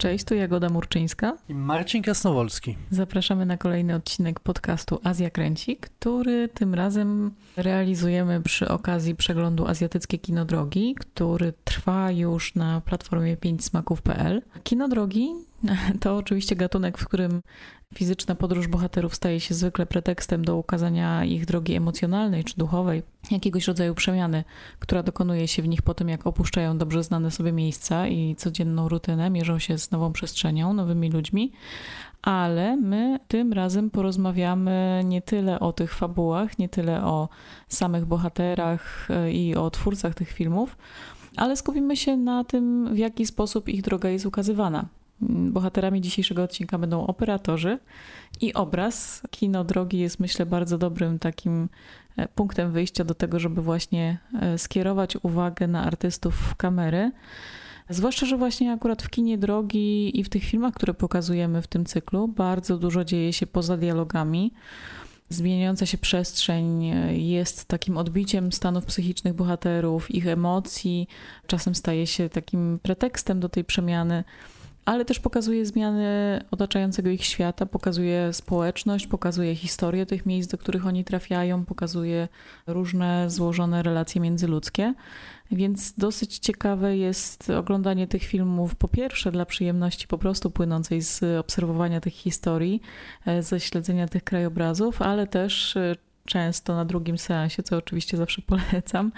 Cześć, tu Jagoda Murczyńska i Marcin Krasnowolski. Zapraszamy na kolejny odcinek podcastu Azja Kręci, który tym razem realizujemy przy okazji przeglądu Azjatyckie Kino Drogi, który trwa już na platformie 5smaków.pl. Kino Drogi to oczywiście gatunek, w którym fizyczna podróż bohaterów staje się zwykle pretekstem do ukazania ich drogi emocjonalnej czy duchowej, jakiegoś rodzaju przemiany, która dokonuje się w nich po tym, jak opuszczają dobrze znane sobie miejsca i codzienną rutynę, mierzą się z nową przestrzenią, nowymi ludźmi. Ale my tym razem porozmawiamy nie tyle o tych fabułach, nie tyle o samych bohaterach i o twórcach tych filmów, ale skupimy się na tym, w jaki sposób ich droga jest ukazywana. Bohaterami dzisiejszego odcinka będą operatorzy i obraz. Kino Drogi jest, myślę, bardzo dobrym takim punktem wyjścia do tego, żeby właśnie skierować uwagę na artystów kamery. Zwłaszcza, że właśnie akurat w Kinie Drogi i w tych filmach, które pokazujemy w tym cyklu, bardzo dużo dzieje się poza dialogami. Zmieniająca się przestrzeń jest takim odbiciem stanów psychicznych bohaterów, ich emocji. Czasem staje się takim pretekstem do tej przemiany, ale też pokazuje zmiany otaczającego ich świata, pokazuje społeczność, pokazuje historię tych miejsc, do których oni trafiają, pokazuje różne złożone relacje międzyludzkie. Więc dosyć ciekawe jest oglądanie tych filmów, po pierwsze dla przyjemności po prostu płynącej z obserwowania tych historii, ze śledzenia tych krajobrazów, ale też często na drugim seansie, co oczywiście zawsze polecam,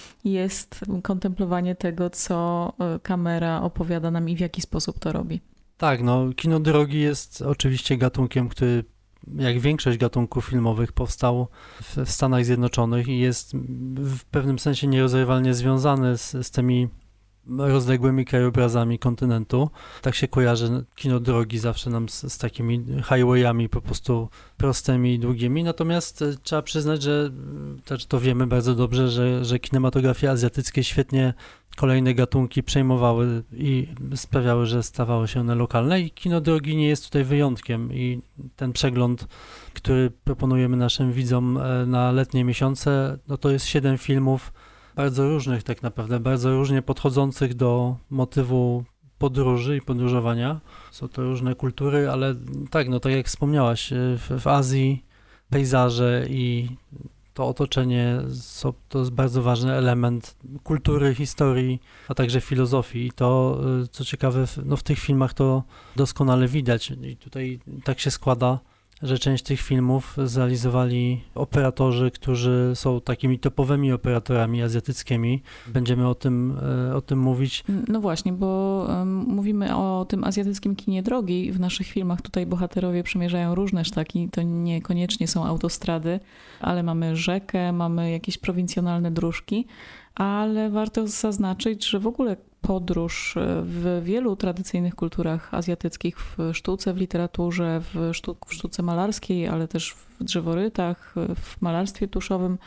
jest kontemplowanie tego, co kamera opowiada nam i w jaki sposób to robi. Tak, Kino Drogi jest oczywiście gatunkiem, który jak większość gatunków filmowych powstał w Stanach Zjednoczonych i jest w pewnym sensie nierozerwalnie związany z tymi rozległymi krajobrazami kontynentu. Tak się kojarzy Kino Drogi zawsze nam z takimi highwayami po prostu prostymi i długimi. Natomiast trzeba przyznać, że też to wiemy bardzo dobrze, że kinematografie azjatyckie świetnie kolejne gatunki przejmowały i sprawiały, że stawały się one lokalne i Kino Drogi nie jest tutaj wyjątkiem i ten przegląd, który proponujemy naszym widzom na letnie miesiące, to jest 7 filmów bardzo różnych tak naprawdę, bardzo różnie podchodzących do motywu podróży i podróżowania. Są to różne kultury, ale tak, tak jak wspomniałaś, w Azji pejzaże i to otoczenie to jest bardzo ważny element kultury, historii, a także filozofii. I to, co ciekawe, w tych filmach to doskonale widać. I tutaj tak się składa, że część tych filmów zrealizowali operatorzy, którzy są takimi topowymi operatorami azjatyckimi. Będziemy o tym mówić. No właśnie, bo mówimy o tym azjatyckim kinie drogi. W naszych filmach tutaj bohaterowie przemierzają różne szlaki. To niekoniecznie są autostrady, ale mamy rzekę, mamy jakieś prowincjonalne dróżki. Ale warto zaznaczyć, że w ogóle podróż w wielu tradycyjnych kulturach azjatyckich, w sztuce, w literaturze, w sztuce malarskiej, ale też w drzeworytach, w malarstwie tuszowym.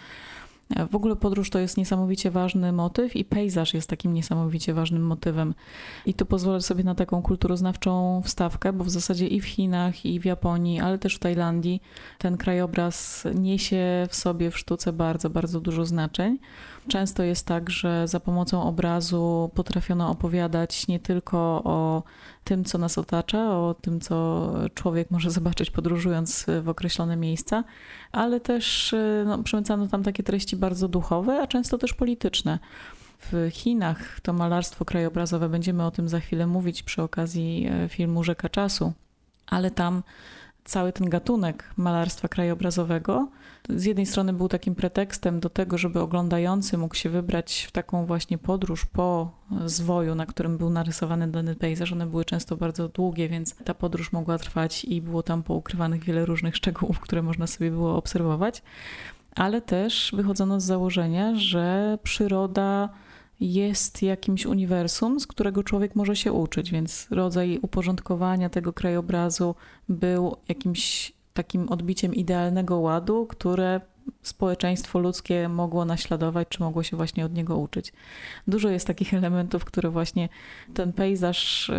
W ogóle podróż to jest niesamowicie ważny motyw i pejzaż jest takim niesamowicie ważnym motywem. I tu pozwolę sobie na taką kulturoznawczą wstawkę, bo w zasadzie i w Chinach, i w Japonii, ale też w Tajlandii ten krajobraz niesie w sobie w sztuce bardzo, bardzo dużo znaczeń. Często jest tak, że za pomocą obrazu potrafiono opowiadać nie tylko o tym, co nas otacza, o tym, co człowiek może zobaczyć podróżując w określone miejsca, ale też przemycano tam takie treści bardzo duchowe, a często też polityczne. W Chinach to malarstwo krajobrazowe, będziemy o tym za chwilę mówić przy okazji filmu Rzeka Czasu, ale tam cały ten gatunek malarstwa krajobrazowego z jednej strony był takim pretekstem do tego, żeby oglądający mógł się wybrać w taką właśnie podróż po zwoju, na którym był narysowany dany pejzaż. One były często bardzo długie, więc ta podróż mogła trwać i było tam poukrywanych wiele różnych szczegółów, które można sobie było obserwować. Ale też wychodzono z założenia, że przyroda jest jakimś uniwersum, z którego człowiek może się uczyć, więc rodzaj uporządkowania tego krajobrazu był jakimś takim odbiciem idealnego ładu, które społeczeństwo ludzkie mogło naśladować, czy mogło się właśnie od niego uczyć. Dużo jest takich elementów, które właśnie ten pejzaż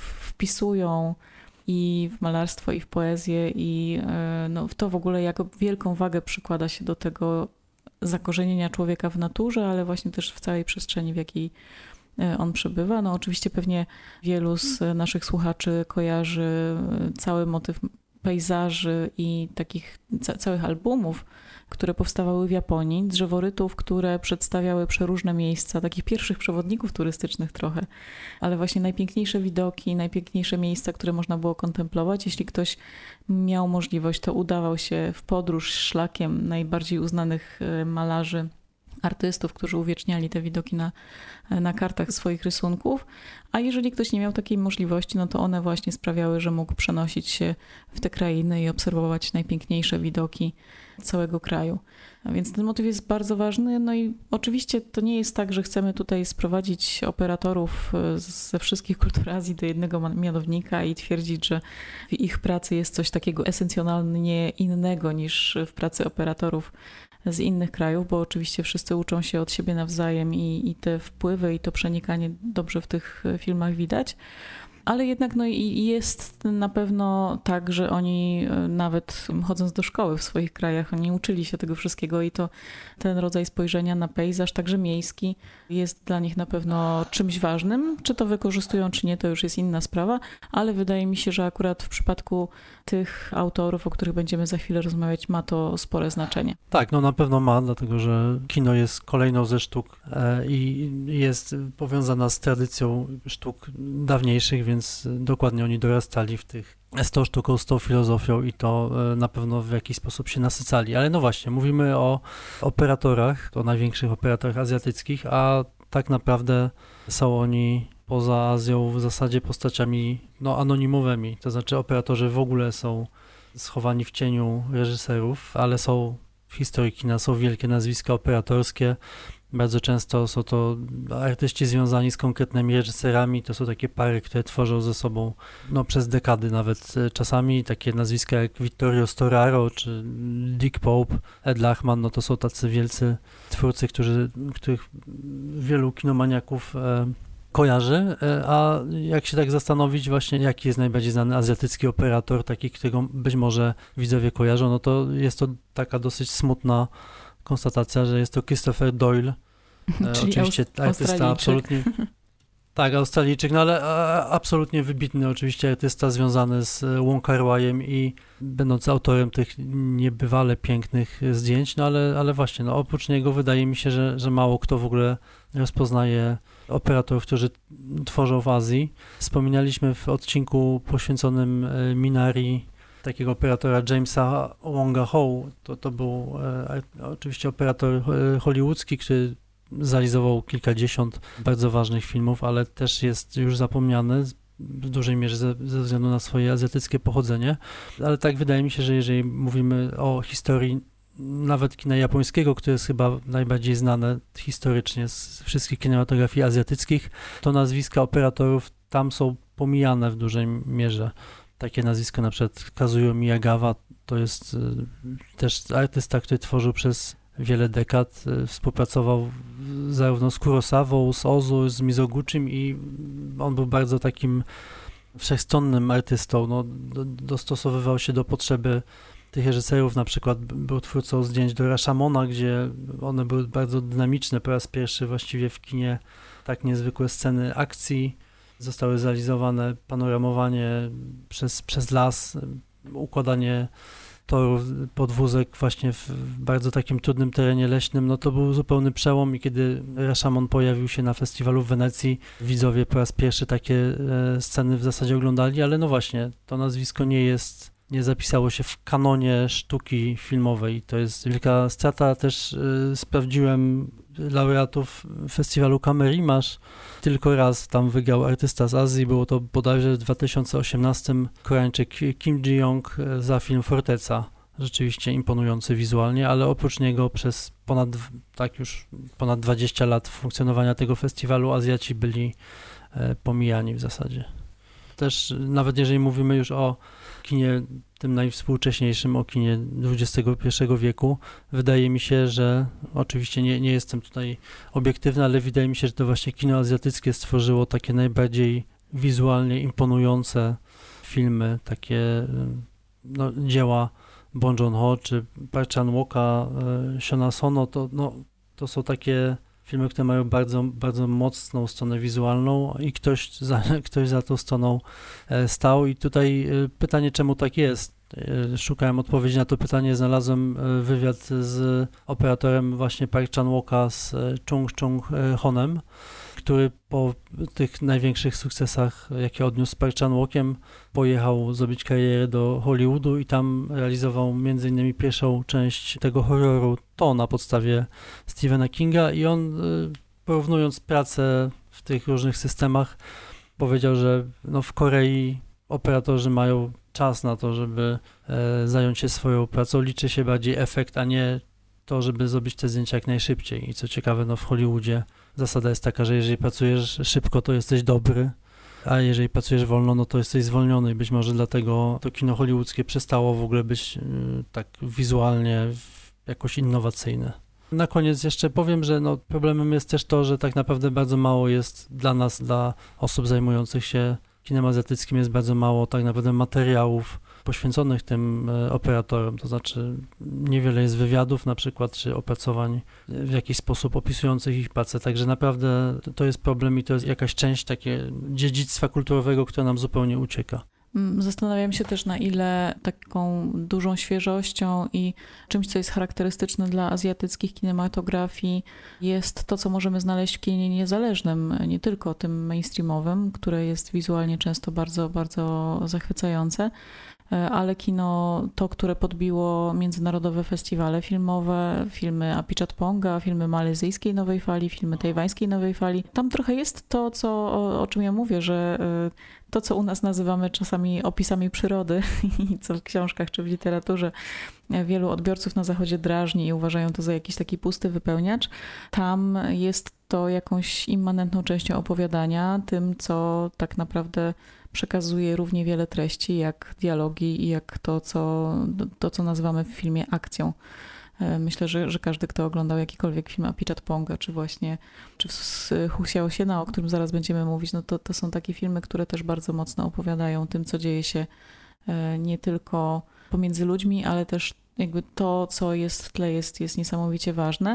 wpisują i w malarstwo, i w poezję, i w to w ogóle jako wielką wagę przykłada się do tego zakorzenienia człowieka w naturze, ale właśnie też w całej przestrzeni, w jakiej on przebywa. No oczywiście pewnie wielu z naszych słuchaczy kojarzy cały motyw pejzaży i takich całych albumów, które powstawały w Japonii, drzeworytów, które przedstawiały przeróżne miejsca, takich pierwszych przewodników turystycznych trochę, ale właśnie najpiękniejsze widoki, najpiękniejsze miejsca, które można było kontemplować. Jeśli ktoś miał możliwość, to udawał się w podróż szlakiem najbardziej uznanych malarzy, artystów, którzy uwieczniali te widoki na kartach swoich rysunków, a jeżeli ktoś nie miał takiej możliwości, no to one właśnie sprawiały, że mógł przenosić się w te krainy i obserwować najpiękniejsze widoki całego kraju. A więc ten motyw jest bardzo ważny, no i oczywiście to nie jest tak, że chcemy tutaj sprowadzić operatorów ze wszystkich kultur Azji do jednego mianownika i twierdzić, że w ich pracy jest coś takiego esencjonalnie innego niż w pracy operatorów z innych krajów, bo oczywiście wszyscy uczą się od siebie nawzajem i te wpływy i to przenikanie dobrze w tych filmach widać. Ale jednak no i jest na pewno tak, że oni nawet chodząc do szkoły w swoich krajach, oni uczyli się tego wszystkiego i to ten rodzaj spojrzenia na pejzaż, także miejski, jest dla nich na pewno czymś ważnym. Czy to wykorzystują, czy nie, to już jest inna sprawa, ale wydaje mi się, że akurat w przypadku tych autorów, o których będziemy za chwilę rozmawiać, ma to spore znaczenie. Tak, no na pewno ma, dlatego że kino jest kolejną ze sztuk i jest powiązana z tradycją sztuk dawniejszych, więc dokładnie oni dorastali w tych 100 sztuką, z tą filozofią i to na pewno w jakiś sposób się nasycali. Ale no właśnie, mówimy o operatorach, o największych operatorach azjatyckich, a tak naprawdę są oni poza Azją w zasadzie postaciami anonimowymi, to znaczy operatorzy w ogóle są schowani w cieniu reżyserów, ale są w historii kina, są wielkie nazwiska operatorskie. Bardzo często są to artyści związani z konkretnymi reżyserami, to są takie pary, które tworzą ze sobą przez dekady nawet czasami, takie nazwiska jak Vittorio Storaro czy Dick Pope, Ed Lachman, to są tacy wielcy twórcy, których wielu kinomaniaków kojarzy, a jak się tak zastanowić właśnie, jaki jest najbardziej znany azjatycki operator, taki, którego być może widzowie kojarzą, to jest to taka dosyć smutna konstatacja, że jest to Christopher Doyle, czyli oczywiście artysta absolutnie, tak, Australijczyk, ale absolutnie wybitny oczywiście artysta związany z Wong Kar-wajem i będący autorem tych niebywale pięknych zdjęć, ale właśnie, oprócz niego wydaje mi się, że mało kto w ogóle rozpoznaje operatorów, którzy tworzą w Azji. Wspominaliśmy w odcinku poświęconym Minari takiego operatora Jamesa Wonga Ho. To był oczywiście operator hollywoodzki, który zrealizował kilkadziesiąt bardzo ważnych filmów, ale też jest już zapomniany w dużej mierze ze względu na swoje azjatyckie pochodzenie. Ale tak wydaje mi się, że jeżeli mówimy o historii nawet kina japońskiego, które jest chyba najbardziej znane historycznie z wszystkich kinematografii azjatyckich, to nazwiska operatorów tam są pomijane w dużej mierze. Takie nazwisko na przykład Kazuyo Miyagawa, to jest też artysta, który tworzył przez wiele dekad, współpracował zarówno z Kurosawą, z Ozu, z Mizoguchim i on był bardzo takim wszechstronnym artystą, dostosowywał się do potrzeby tych reżyserów, na przykład był twórcą zdjęć do Rashamona, gdzie one były bardzo dynamiczne, po raz pierwszy właściwie w kinie tak niezwykłe sceny akcji, zostały zrealizowane panoramowanie przez las, układanie torów, podwózek właśnie w bardzo takim trudnym terenie leśnym, to był zupełny przełom i kiedy Rashomon pojawił się na festiwalu w Wenecji, widzowie po raz pierwszy takie sceny w zasadzie oglądali, ale właśnie, to nazwisko nie zapisało się w kanonie sztuki filmowej. To jest wielka strata. Też sprawdziłem laureatów festiwalu Camerimash. Tylko raz tam wygrał artysta z Azji. Było to bodajże w 2018 Koreańczyk Kim Ji-young za film Forteca. Rzeczywiście imponujący wizualnie, ale oprócz niego przez ponad 20 lat funkcjonowania tego festiwalu Azjaci byli pomijani w zasadzie. Też nawet jeżeli mówimy już o kinie tym najwspółcześniejszym, o kinie XXI wieku, wydaje mi się, że oczywiście nie jestem tutaj obiektywny, ale wydaje mi się, że to właśnie kino azjatyckie stworzyło takie najbardziej wizualnie imponujące filmy, takie dzieła Bong Joon-ho czy Park Chan-woka, Siona Sono, to są takie filmy, które mają bardzo, bardzo mocną stronę wizualną i ktoś za tą stroną stał. I tutaj pytanie, czemu tak jest? Szukałem odpowiedzi na to pytanie, znalazłem wywiad z operatorem właśnie Park Chan-woka z Chung Chung-honem, który po tych największych sukcesach, jakie odniósł z Park Chan-wokiem, pojechał zrobić karierę do Hollywoodu i tam realizował m.in. pierwszą część tego horroru To na podstawie Stephena Kinga i on, porównując pracę w tych różnych systemach, powiedział, że w Korei operatorzy mają czas na to, żeby zająć się swoją pracą, liczy się bardziej efekt, a nie to, żeby zrobić te zdjęcia jak najszybciej. I co ciekawe, w Hollywoodzie zasada jest taka, że jeżeli pracujesz szybko, to jesteś dobry, a jeżeli pracujesz wolno, to jesteś zwolniony. I być może dlatego to kino hollywoodzkie przestało w ogóle być tak wizualnie jakoś innowacyjne. Na koniec jeszcze powiem, że problemem jest też to, że tak naprawdę bardzo mało jest dla nas, dla osób zajmujących się kinem azjatyckim, jest bardzo mało tak naprawdę materiałów poświęconych tym operatorom, to znaczy niewiele jest wywiadów na przykład, czy opracowań w jakiś sposób opisujących ich pracę, także naprawdę to jest problem i to jest jakaś część takie dziedzictwa kulturowego, które nam zupełnie ucieka. Zastanawiam się też, na ile taką dużą świeżością i czymś, co jest charakterystyczne dla azjatyckich kinematografii, jest to, co możemy znaleźć w kinie niezależnym, nie tylko tym mainstreamowym, które jest wizualnie często bardzo, bardzo zachwycające, ale kino to, które podbiło międzynarodowe festiwale filmowe, filmy Apichatponga, filmy malezyjskiej nowej fali, filmy tajwańskiej nowej fali. Tam trochę jest to, o czym ja mówię, że to, co u nas nazywamy czasami opisami przyrody i co w książkach czy w literaturze wielu odbiorców na Zachodzie drażni i uważają to za jakiś taki pusty wypełniacz, tam jest to jakąś immanentną częścią opowiadania, tym, co tak naprawdę przekazuje równie wiele treści, jak dialogi i jak to, co nazywamy w filmie akcją. Myślę, że każdy, kto oglądał jakikolwiek film Apichatponga, czy Hu Xiaoxiena, o którym zaraz będziemy mówić, to są takie filmy, które też bardzo mocno opowiadają tym, co dzieje się nie tylko pomiędzy ludźmi, ale też jakby to, co jest w tle, jest niesamowicie ważne.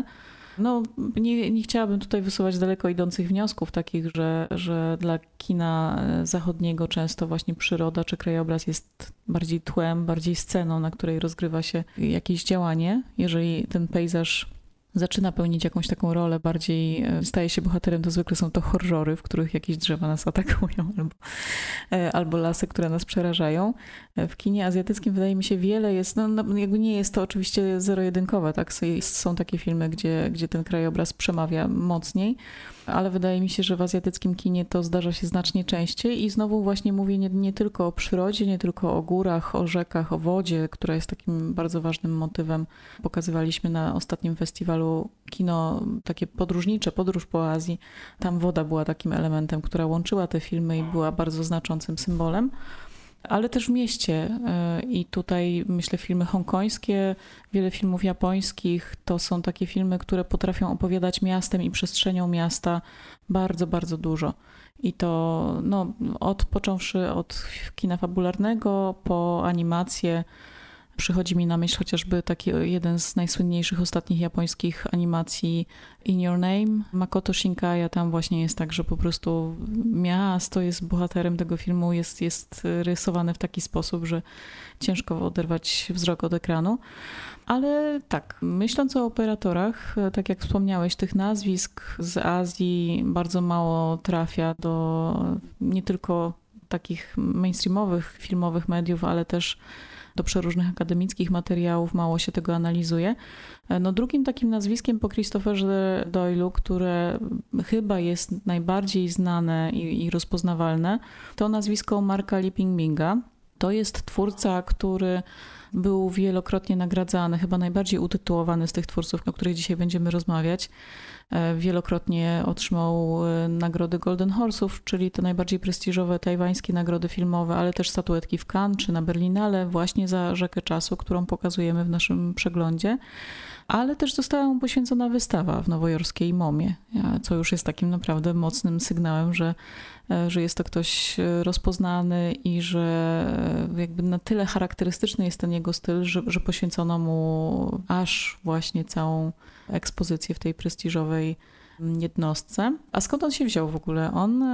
Nie chciałabym tutaj wysuwać daleko idących wniosków, takich, że dla kina zachodniego często właśnie przyroda czy krajobraz jest bardziej tłem, bardziej sceną, na której rozgrywa się jakieś działanie. Jeżeli ten pejzaż zaczyna pełnić jakąś taką rolę, bardziej staje się bohaterem, to zwykle są to horrory, w których jakieś drzewa nas atakują albo lasy, które nas przerażają. W kinie azjatyckim wydaje mi się wiele jest, jakby nie jest to oczywiście zero-jedynkowe, tak? Są takie filmy, gdzie ten krajobraz przemawia mocniej, ale wydaje mi się, że w azjatyckim kinie to zdarza się znacznie częściej i znowu właśnie mówię nie tylko o przyrodzie, nie tylko o górach, o rzekach, o wodzie, która jest takim bardzo ważnym motywem. Pokazywaliśmy na ostatnim festiwalu kino takie podróżnicze, podróż po Azji. Tam woda była takim elementem, która łączyła te filmy i była bardzo znaczącym symbolem. Ale też w mieście i tutaj myślę filmy hongkońskie, wiele filmów japońskich, to są takie filmy, które potrafią opowiadać miastem i przestrzenią miasta bardzo, bardzo dużo. I to począwszy od kina fabularnego po animację. Przychodzi mi na myśl chociażby taki jeden z najsłynniejszych ostatnich japońskich animacji In Your Name, Makoto Shinkaya. Tam właśnie jest tak, że po prostu miasto jest bohaterem tego filmu, jest rysowane w taki sposób, że ciężko oderwać wzrok od ekranu. Ale tak, myśląc o operatorach, tak jak wspomniałeś, tych nazwisk z Azji bardzo mało trafia do nie tylko takich mainstreamowych, filmowych mediów, ale też do przeróżnych akademickich materiałów, mało się tego analizuje. Drugim takim nazwiskiem po Christopherze Doyle'u, które chyba jest najbardziej znane i rozpoznawalne, to nazwisko Marka Liping-Minga. To jest twórca, który był wielokrotnie nagradzany, chyba najbardziej utytułowany z tych twórców, o których dzisiaj będziemy rozmawiać. Wielokrotnie otrzymał nagrody Golden Horse'ów, czyli te najbardziej prestiżowe tajwańskie nagrody filmowe, ale też statuetki w Cannes czy na Berlinale właśnie za Rzekę Czasu, którą pokazujemy w naszym przeglądzie. Ale też została mu poświęcona wystawa w nowojorskiej MoMie, co już jest takim naprawdę mocnym sygnałem, że jest to ktoś rozpoznany i że jakby na tyle charakterystyczny jest ten jego styl, że poświęcono mu aż właśnie całą ekspozycję w tej prestiżowej jednostce. A skąd on się wziął w ogóle?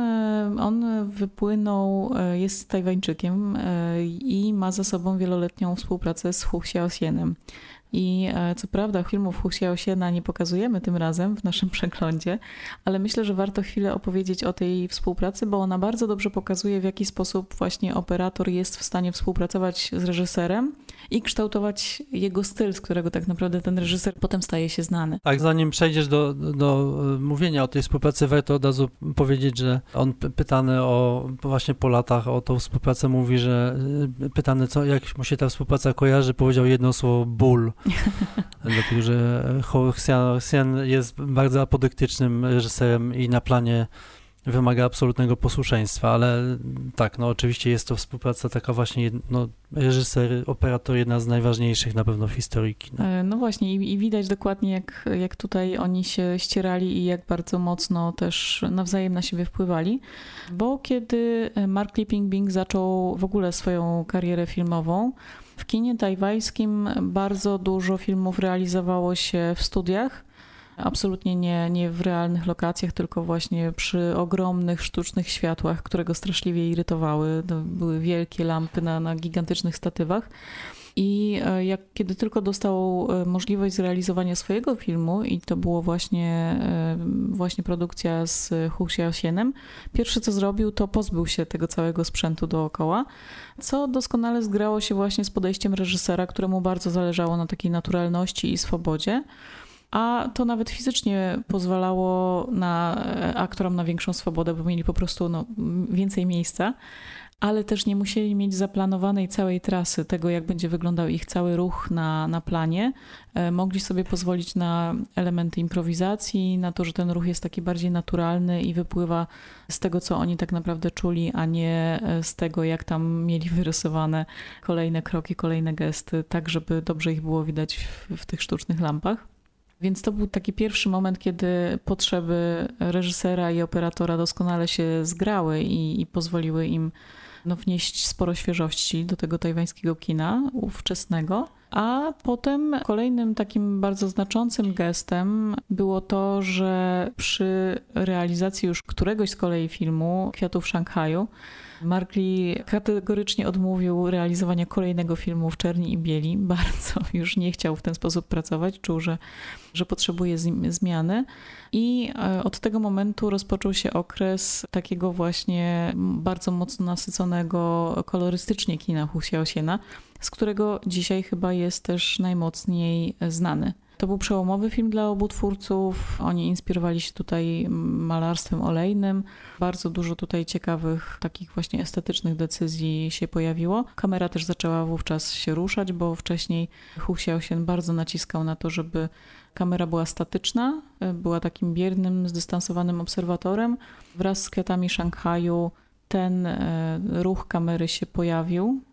On wypłynął, jest Tajwańczykiem i ma za sobą wieloletnią współpracę z Hu Xiaosienem. I co prawda filmów Hu Xiaosiena nie pokazujemy tym razem w naszym przeglądzie, ale myślę, że warto chwilę opowiedzieć o tej współpracy, bo ona bardzo dobrze pokazuje, w jaki sposób właśnie operator jest w stanie współpracować z reżyserem i kształtować jego styl, z którego tak naprawdę ten reżyser potem staje się znany. Tak, zanim przejdziesz do mówienia o tej współpracy, warto od razu powiedzieć, że on pytany właśnie po latach o tą współpracę mówi, że pytany, jak mu się ta współpraca kojarzy, powiedział jedno słowo: ból. Dlatego, że Hu Xiaosian jest bardzo apodyktycznym reżyserem i na planie wymaga absolutnego posłuszeństwa, ale tak, no oczywiście jest to współpraca taka właśnie, reżyser, operator, jedna z najważniejszych na pewno w historii kina. No właśnie i widać dokładnie jak tutaj oni się ścierali i jak bardzo mocno też nawzajem na siebie wpływali, bo kiedy Mark Liping-Bing zaczął w ogóle swoją karierę filmową, w kinie tajwańskim bardzo dużo filmów realizowało się w studiach, absolutnie nie w realnych lokacjach, tylko właśnie przy ogromnych sztucznych światłach, które go straszliwie irytowały. To były wielkie lampy na gigantycznych statywach. I kiedy tylko dostał możliwość zrealizowania swojego filmu i to było właśnie produkcja z Hu Xiaosienem, pierwsze co zrobił, to pozbył się tego całego sprzętu dookoła, co doskonale zgrało się właśnie z podejściem reżysera, któremu bardzo zależało na takiej naturalności i swobodzie. A to nawet fizycznie pozwalało aktorom na większą swobodę, bo mieli po prostu więcej miejsca, ale też nie musieli mieć zaplanowanej całej trasy, tego jak będzie wyglądał ich cały ruch na planie. Mogli sobie pozwolić na elementy improwizacji, na to, że ten ruch jest taki bardziej naturalny i wypływa z tego, co oni tak naprawdę czuli, a nie z tego, jak tam mieli wyrysowane kolejne kroki, kolejne gesty, tak żeby dobrze ich było widać w tych sztucznych lampach. Więc to był taki pierwszy moment, kiedy potrzeby reżysera i operatora doskonale się zgrały i pozwoliły im wnieść sporo świeżości do tego tajwańskiego kina ówczesnego. A potem kolejnym takim bardzo znaczącym gestem było to, że przy realizacji już któregoś z kolei filmu Kwiatów Szanghaju Mark Lee kategorycznie odmówił realizowania kolejnego filmu w czerni i bieli. Bardzo już nie chciał w ten sposób pracować, czuł, że potrzebuje zmiany. I od tego momentu rozpoczął się okres takiego właśnie bardzo mocno nasyconego kolorystycznie kina Hu Xiaosiena, z którego dzisiaj chyba jest też najmocniej znany. To był przełomowy film dla obu twórców. Oni inspirowali się tutaj malarstwem olejnym. Bardzo dużo tutaj ciekawych, takich właśnie estetycznych decyzji się pojawiło. Kamera też zaczęła wówczas się ruszać, bo wcześniej Hu Xiaosien bardzo naciskał na to, żeby kamera była statyczna, była takim biernym, zdystansowanym obserwatorem. Wraz z Kwiatami Szanghaju ten ruch kamery się pojawił.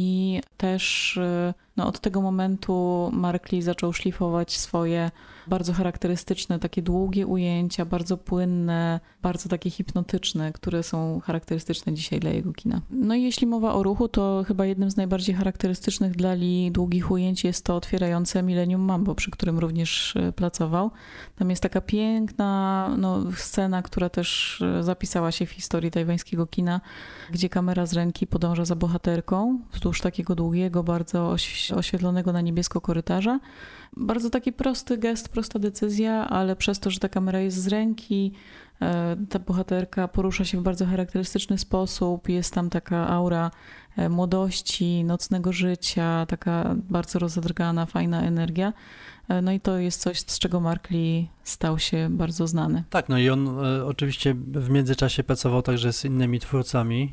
I też od tego momentu Mark Lee zaczął szlifować swoje bardzo charakterystyczne, takie długie ujęcia, bardzo płynne, bardzo takie hipnotyczne, które są charakterystyczne dzisiaj dla jego kina. No i jeśli mowa o ruchu, to chyba jednym z najbardziej charakterystycznych dla Lee długich ujęć jest to otwierające Millennium Mambo, przy którym również pracował. Tam jest taka piękna scena, która też zapisała się w historii tajwańskiego kina, gdzie kamera z ręki podąża za bohaterką wzdłuż takiego długiego, bardzo oświetlonego na niebiesko korytarza. Bardzo taki prosty gest, prosta decyzja, ale przez to, że ta kamera jest z ręki, ta bohaterka porusza się w bardzo charakterystyczny sposób, jest tam taka aura młodości, nocnego życia, taka bardzo rozedrgana, fajna energia. No i to jest coś, z czego Mark Lee stał się bardzo znany. Tak, no i on oczywiście w międzyczasie pracował także z innymi twórcami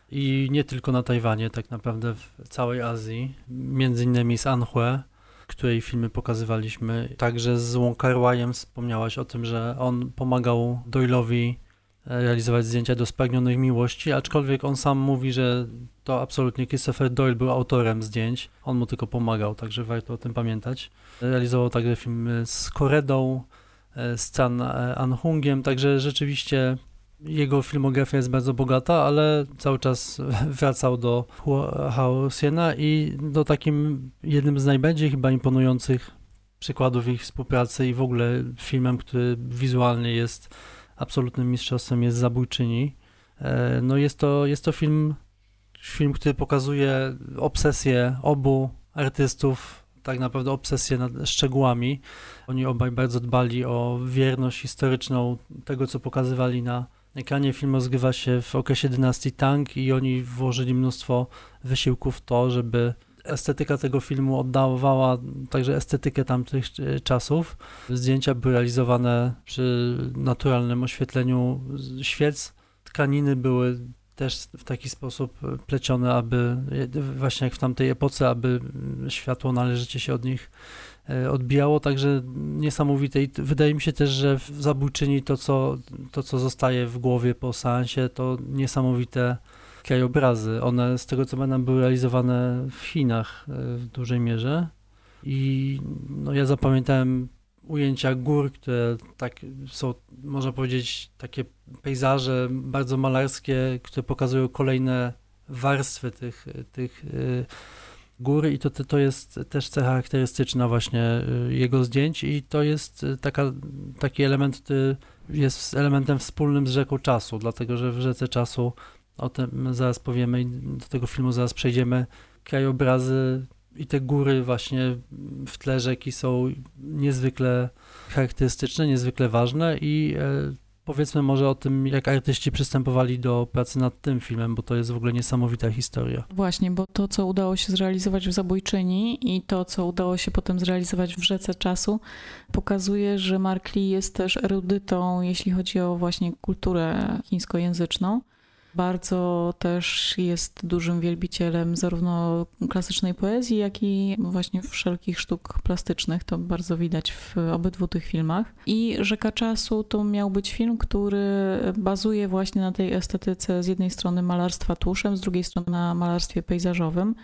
i nie tylko na Tajwanie, tak naprawdę w całej Azji, między innymi z Anhui, której filmy pokazywaliśmy. Także z Wong Kar-wai'em wspomniałaś o tym, że on pomagał Doyle'owi realizować zdjęcia do Spragnionych Miłości, aczkolwiek on sam mówi, że to absolutnie Christopher Doyle był autorem zdjęć, on mu tylko pomagał, także warto o tym pamiętać. Realizował także filmy z Koredą, z Chan An-hungiem, także rzeczywiście jego filmografia jest bardzo bogata, ale cały czas wracał do Hu Xiaosiena i do takim jednym z najbardziej chyba imponujących przykładów ich współpracy i w ogóle filmem, który wizualnie jest absolutnym mistrzostwem, jest Zabójczyni. No jest to film, który pokazuje obsesję obu artystów, tak naprawdę obsesję nad szczegółami. Oni obaj bardzo dbali o wierność historyczną tego, co pokazywali na ekranie. Film rozgrywa się w okresie dynastii Tang i oni włożyli mnóstwo wysiłków w to, żeby estetyka tego filmu oddawała także estetykę tamtych czasów. Zdjęcia były realizowane przy naturalnym oświetleniu świec. Tkaniny były też w taki sposób plecione, aby właśnie jak w tamtej epoce, aby światło należycie się od nich odbijało, także niesamowite. I wydaje mi się też, że w Zabójczyni to, co zostaje w głowie po seansie, to niesamowite krajobrazy. One, z tego co pamiętam, były realizowane w Chinach w dużej mierze i no, ja zapamiętałem ujęcia gór, które tak są, można powiedzieć, takie pejzaże bardzo malarskie, które pokazują kolejne warstwy tych gór i to jest też cecha charakterystyczna właśnie jego zdjęć i to jest taki element, który jest elementem wspólnym z Rzeką Czasu, dlatego że w Rzece Czasu, o tym zaraz powiemy i do tego filmu zaraz przejdziemy, krajobrazy i te góry właśnie w tle rzeki są niezwykle charakterystyczne, niezwykle ważne i powiedzmy może o tym, jak artyści przystępowali do pracy nad tym filmem, bo to jest w ogóle niesamowita historia. Właśnie, bo to, co udało się zrealizować w Zabójczyni i to, co udało się potem zrealizować w Rzece Czasu, pokazuje, że Mark Lee jest też erudytą, jeśli chodzi o właśnie kulturę chińskojęzyczną. Bardzo też jest dużym wielbicielem zarówno klasycznej poezji, jak i właśnie wszelkich sztuk plastycznych. To bardzo widać w obydwu tych filmach. I Rzeka Czasu to miał być film, który bazuje właśnie na tej estetyce z jednej strony malarstwa tuszem, z drugiej strony na malarstwie pejzażowym.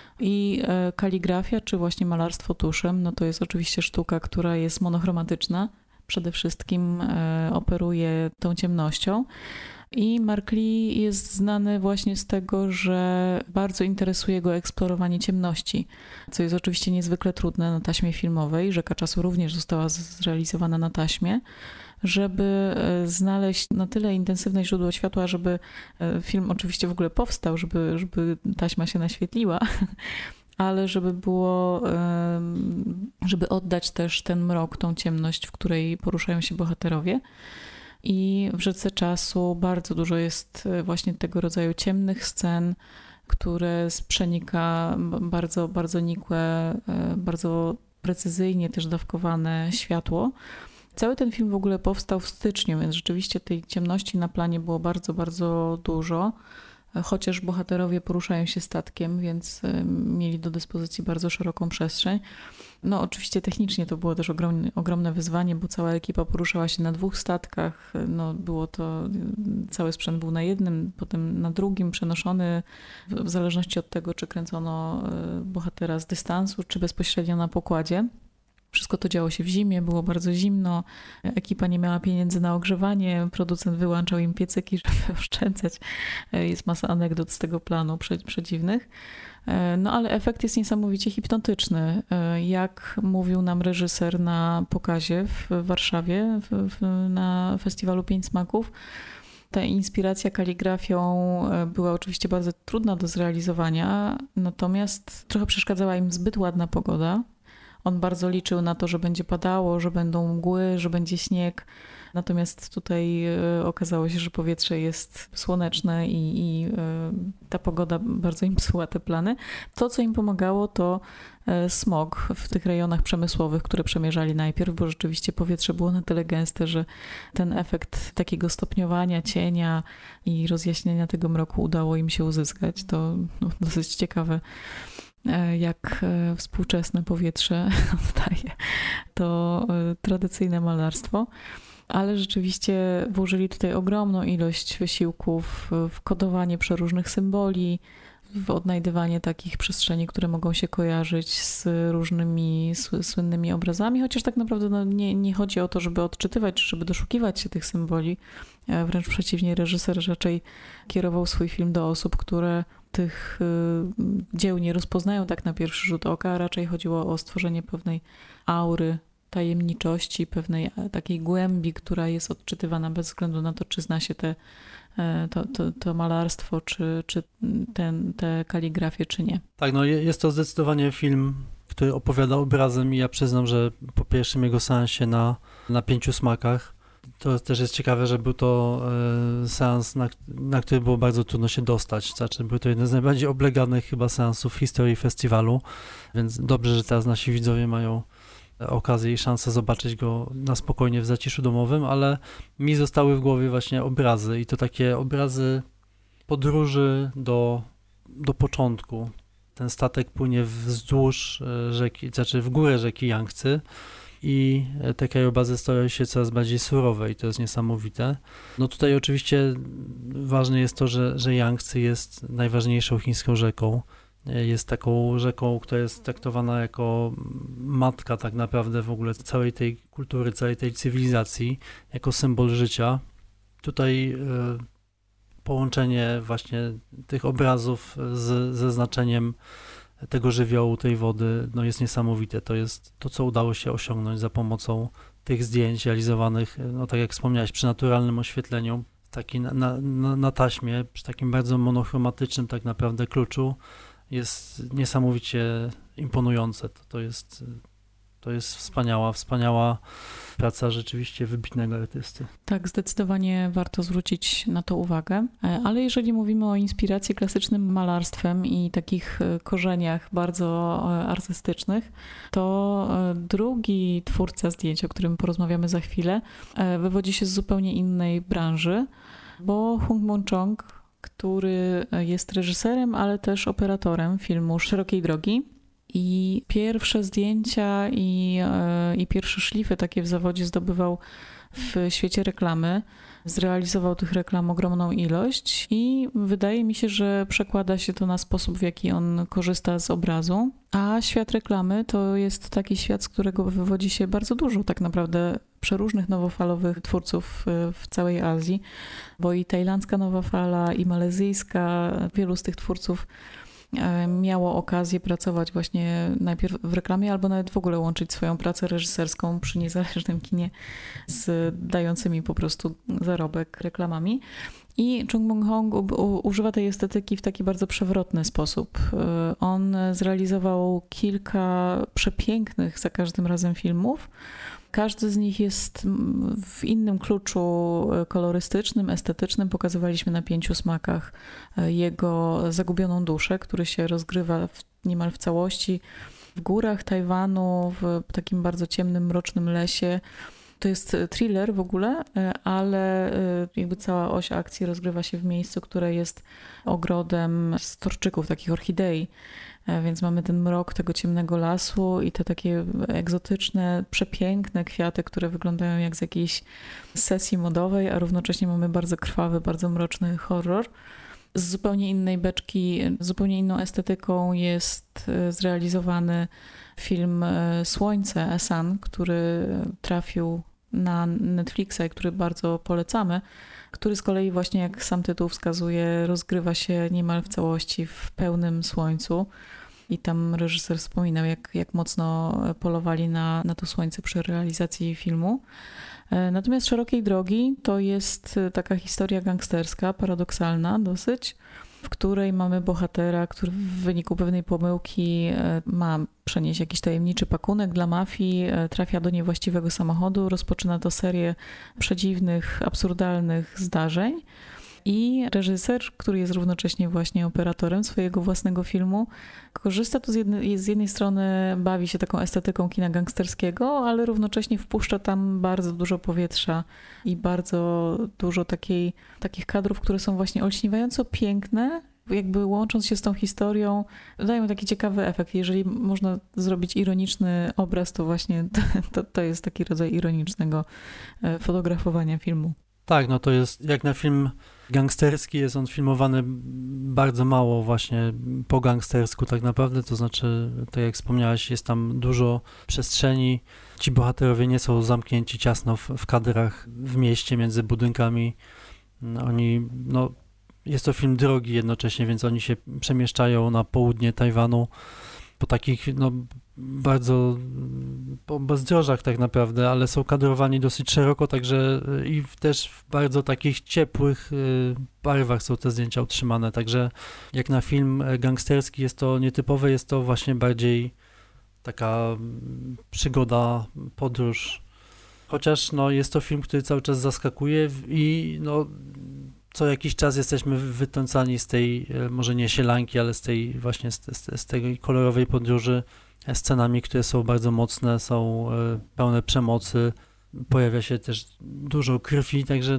I kaligrafia, czy właśnie malarstwo tuszem, no to jest oczywiście sztuka, która jest monochromatyczna. Przede wszystkim operuje tą ciemnością. I Mark Lee jest znany właśnie z tego, że bardzo interesuje go eksplorowanie ciemności, co jest oczywiście niezwykle trudne na taśmie filmowej. Rzeka Czasu również została zrealizowana na taśmie, żeby znaleźć na tyle intensywne źródło światła, żeby film oczywiście w ogóle powstał, żeby taśma się naświetliła, ale żeby oddać też ten mrok, tą ciemność, w której poruszają się bohaterowie. I w Rzece Czasu bardzo dużo jest właśnie tego rodzaju ciemnych scen, które przenika bardzo, bardzo nikłe, bardzo precyzyjnie też dawkowane światło. Cały ten film w ogóle powstał w styczniu, więc rzeczywiście tej ciemności na planie było bardzo, bardzo dużo. Chociaż bohaterowie poruszają się statkiem, więc mieli do dyspozycji bardzo szeroką przestrzeń. No oczywiście technicznie to było też ogromne wyzwanie, bo cała ekipa poruszała się na 2 statkach. No było to, cały sprzęt był na jednym, potem na drugim przenoszony, w zależności od tego, czy kręcono bohatera z dystansu, czy bezpośrednio na pokładzie. Wszystko to działo się w zimie, było bardzo zimno, ekipa nie miała pieniędzy na ogrzewanie, producent wyłączał im piecyki, żeby oszczędzać. Jest masa anegdot z tego planu przedziwnych. No ale efekt jest niesamowicie hipnotyczny. Jak mówił nam reżyser na pokazie w Warszawie, na festiwalu 5 Smaków, ta inspiracja kaligrafią była oczywiście bardzo trudna do zrealizowania, natomiast trochę przeszkadzała im zbyt ładna pogoda. On bardzo liczył na to, że będzie padało, że będą mgły, że będzie śnieg. Natomiast tutaj okazało się, że powietrze jest słoneczne i ta pogoda bardzo im psuła te plany. To, co im pomagało, to smog w tych rejonach przemysłowych, które przemierzali najpierw, bo rzeczywiście powietrze było na tyle gęste, że ten efekt takiego stopniowania cienia i rozjaśnienia tego mroku udało im się uzyskać. To dosyć ciekawe, jak współczesne powietrze oddaje to tradycyjne malarstwo. Ale rzeczywiście włożyli tutaj ogromną ilość wysiłków w kodowanie przeróżnych symboli, w odnajdywanie takich przestrzeni, które mogą się kojarzyć z różnymi słynnymi obrazami, chociaż tak naprawdę nie chodzi o to, żeby odczytywać, czy żeby doszukiwać się tych symboli. Wręcz przeciwnie, reżyser raczej kierował swój film do osób, które tych dzieł nie rozpoznają tak na pierwszy rzut oka, a raczej chodziło o stworzenie pewnej aury tajemniczości, pewnej takiej głębi, która jest odczytywana bez względu na to, czy zna się to malarstwo, czy tę kaligrafię, czy nie. Tak, no jest to zdecydowanie film, który opowiada obrazem i ja przyznam, że po pierwszym jego seansie na 5 smakach, to też jest ciekawe, że był to seans, na który było bardzo trudno się dostać. Znaczy, był to jeden z najbardziej obleganych chyba seansów w historii festiwalu, więc dobrze, że teraz nasi widzowie mają okazję i szansę zobaczyć go na spokojnie w zaciszu domowym, ale mi zostały w głowie właśnie obrazy i to takie obrazy podróży do początku. Ten statek płynie wzdłuż rzeki, znaczy w górę rzeki Jangtzy i te krajobrazy stają się coraz bardziej surowe i to jest niesamowite. No tutaj oczywiście ważne jest to, że Jangtzy jest najważniejszą chińską rzeką. Jest taką rzeką, która jest traktowana jako matka tak naprawdę w ogóle całej tej kultury, całej tej cywilizacji, jako symbol życia. Tutaj połączenie właśnie tych obrazów ze znaczeniem tego żywiołu, tej wody, no jest niesamowite. To jest to, co udało się osiągnąć za pomocą tych zdjęć realizowanych, no tak jak wspomniałeś, przy naturalnym oświetleniu, taki na taśmie, przy takim bardzo monochromatycznym tak naprawdę kluczu. Jest niesamowicie imponujące. To jest wspaniała praca rzeczywiście wybitnego artysty. Tak, zdecydowanie warto zwrócić na to uwagę, ale jeżeli mówimy o inspiracji klasycznym malarstwem i takich korzeniach bardzo artystycznych, to drugi twórca zdjęć, o którym porozmawiamy za chwilę, wywodzi się z zupełnie innej branży, bo Hung Moon-chong, który jest reżyserem, ale też operatorem filmu Szerokiej Drogi. I pierwsze zdjęcia i pierwsze szlify takie w zawodzie zdobywał w świecie reklamy. Zrealizował tych reklam ogromną ilość i wydaje mi się, że przekłada się to na sposób, w jaki on korzysta z obrazu. A świat reklamy to jest taki świat, z którego wywodzi się bardzo dużo tak naprawdę przeróżnych nowofalowych twórców w całej Azji, bo i tajlandzka nowa fala, i malezyjska, wielu z tych twórców miało okazję pracować właśnie najpierw w reklamie, albo nawet w ogóle łączyć swoją pracę reżyserską przy niezależnym kinie z dającymi po prostu zarobek reklamami. I Chung Moon-hong używa tej estetyki w taki bardzo przewrotny sposób. On zrealizował kilka przepięknych za każdym razem filmów. Każdy z nich jest w innym kluczu kolorystycznym, estetycznym. Pokazywaliśmy na 5 smakach jego Zagubioną duszę, który się rozgrywa niemal w całości w górach Tajwanu, w takim bardzo ciemnym, mrocznym lesie. To jest thriller w ogóle, ale jakby cała oś akcji rozgrywa się w miejscu, które jest ogrodem storczyków, takich orchidei. Więc mamy ten mrok tego ciemnego lasu i te takie egzotyczne, przepiękne kwiaty, które wyglądają jak z jakiejś sesji modowej, a równocześnie mamy bardzo krwawy, bardzo mroczny horror. Z zupełnie innej beczki, zupełnie inną estetyką jest zrealizowany film Słońce, A Sun, który trafił na Netflixa i który bardzo polecamy, który z kolei właśnie, jak sam tytuł wskazuje, rozgrywa się niemal w całości w pełnym słońcu. I tam reżyser wspominał, jak mocno polowali na to słońce przy realizacji filmu. Natomiast Szerokiej Drogi to jest taka historia gangsterska, paradoksalna dosyć, w której mamy bohatera, który w wyniku pewnej pomyłki ma przenieść jakiś tajemniczy pakunek dla mafii, trafia do niewłaściwego samochodu, rozpoczyna to serię przedziwnych, absurdalnych zdarzeń. I reżyser, który jest równocześnie właśnie operatorem swojego własnego filmu, korzysta tu z jednej strony, bawi się taką estetyką kina gangsterskiego, ale równocześnie wpuszcza tam bardzo dużo powietrza i bardzo dużo takich kadrów, które są właśnie olśniewająco piękne, jakby łącząc się z tą historią, dają taki ciekawy efekt. Jeżeli można zrobić ironiczny obraz, to właśnie to jest taki rodzaj ironicznego fotografowania filmu. Tak, no to jest jak na film gangsterski, jest on filmowany bardzo mało właśnie po gangstersku tak naprawdę, to znaczy, tak jak wspomniałaś, jest tam dużo przestrzeni, ci bohaterowie nie są zamknięci ciasno w kadrach w mieście między budynkami, oni, jest to film drogi jednocześnie, więc oni się przemieszczają na południe Tajwanu po takich, bardzo po bezdrożach tak naprawdę, ale są kadrowani dosyć szeroko, także i też w bardzo takich ciepłych barwach są te zdjęcia utrzymane, także jak na film gangsterski jest to nietypowe, jest to właśnie bardziej taka przygoda, podróż, chociaż jest to film, który cały czas zaskakuje i co jakiś czas jesteśmy wytrącani z tej, może nie sielanki, ale z tej właśnie z tej kolorowej podróży, scenami, które są bardzo mocne, są pełne przemocy, pojawia się też dużo krwi, także